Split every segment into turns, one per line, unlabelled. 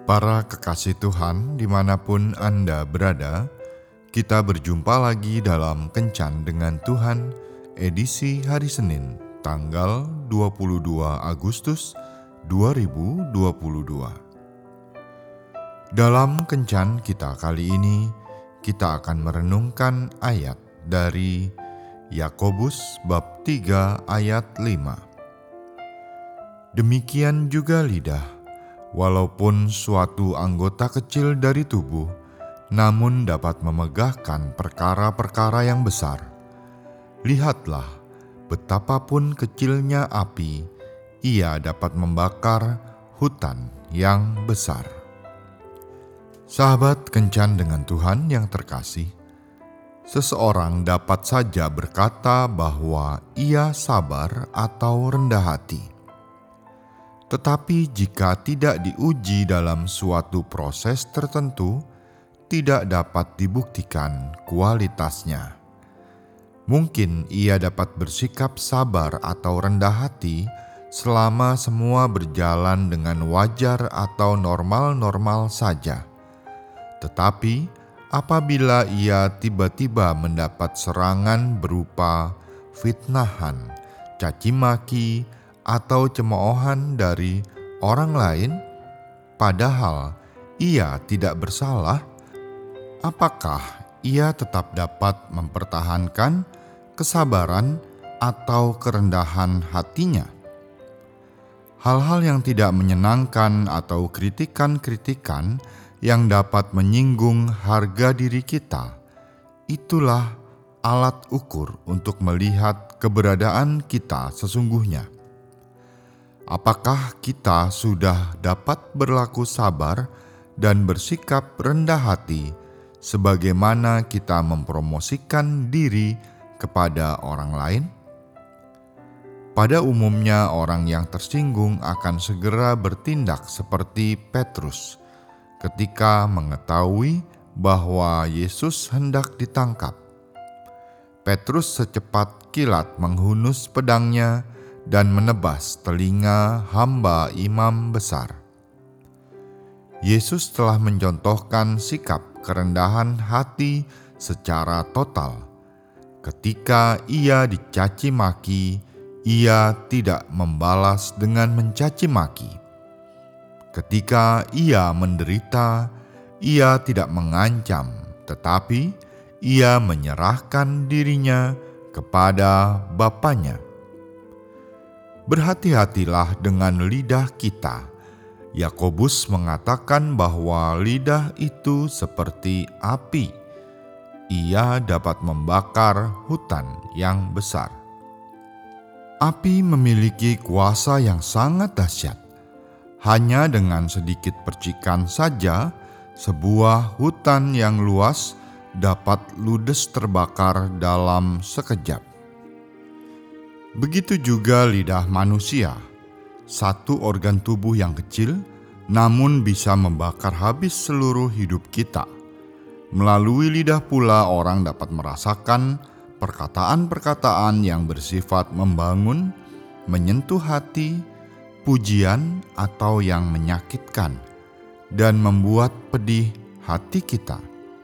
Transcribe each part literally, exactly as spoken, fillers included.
Para kekasih Tuhan dimanapun Anda berada, kita berjumpa lagi dalam Kencan dengan Tuhan, edisi hari Senin, tanggal dua puluh dua Agustus dua ribu dua puluh dua. Dalam Kencan kita kali ini, kita akan merenungkan ayat dari Yakobus bab tiga ayat lima. Demikian juga lidah, walaupun suatu anggota kecil dari tubuh, namun dapat memegahkan perkara-perkara yang besar. Lihatlah, betapapun kecilnya api, ia dapat membakar hutan yang besar. Sahabat Kencan dengan Tuhan yang terkasih, seseorang dapat saja berkata bahwa ia sabar atau rendah hati. Tetapi jika tidak diuji dalam suatu proses tertentu, tidak dapat dibuktikan kualitasnya. Mungkin ia dapat bersikap sabar atau rendah hati selama semua berjalan dengan wajar atau normal-normal saja. Tetapi apabila ia tiba-tiba mendapat serangan berupa fitnahan, caci maki, atau cemoohan dari orang lain, padahal ia tidak bersalah, apakah ia tetap dapat mempertahankan kesabaran atau kerendahan hatinya? Hal-hal yang tidak menyenangkan atau kritikan-kritikan yang dapat menyinggung harga diri kita, itulah alat ukur untuk melihat keberadaan kita sesungguhnya. Apakah kita sudah dapat berlaku sabar dan bersikap rendah hati sebagaimana kita mempromosikan diri kepada orang lain? Pada umumnya orang yang tersinggung akan segera bertindak seperti Petrus ketika mengetahui bahwa Yesus hendak ditangkap. Petrus secepat kilat menghunus pedangnya dan menebas telinga hamba imam besar. Yesus telah mencontohkan sikap kerendahan hati secara total. Ketika ia dicaci maki, ia tidak membalas dengan mencaci maki. Ketika ia menderita, ia tidak mengancam, tetapi ia menyerahkan dirinya kepada Bapanya. Berhati-hatilah dengan lidah kita. Yakobus mengatakan bahwa lidah itu seperti api. Ia dapat membakar hutan yang besar. Api memiliki kuasa yang sangat dahsyat. Hanya dengan sedikit percikan saja, sebuah hutan yang luas dapat ludes terbakar dalam sekejap. Begitu juga lidah manusia, satu organ tubuh yang kecil, namun bisa membakar habis seluruh hidup kita. Melalui lidah pula orang dapat merasakan perkataan-perkataan yang bersifat membangun, menyentuh hati, pujian atau yang menyakitkan, dan membuat pedih hati kita.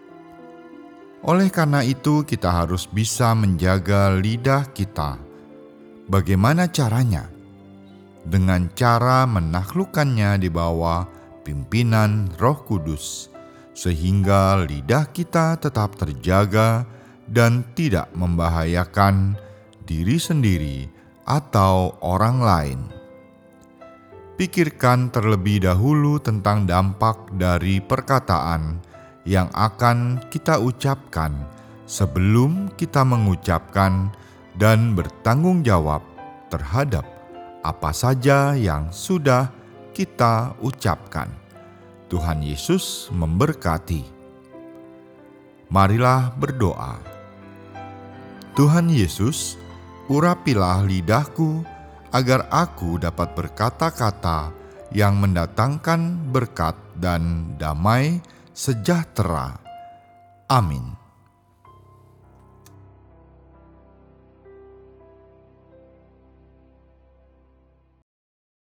Oleh karena itu, kita harus bisa menjaga lidah kita. Bagaimana caranya? Dengan cara menaklukkannya di bawah pimpinan Roh Kudus, sehingga lidah kita tetap terjaga dan tidak membahayakan diri sendiri atau orang lain. Pikirkan terlebih dahulu tentang dampak dari perkataan yang akan kita ucapkan sebelum kita mengucapkan dan bertanggung jawab terhadap apa saja yang sudah kita ucapkan. Tuhan Yesus memberkati. Marilah berdoa. Tuhan Yesus, urapilah lidahku agar aku dapat berkata-kata yang mendatangkan berkat dan damai sejahtera. Amin.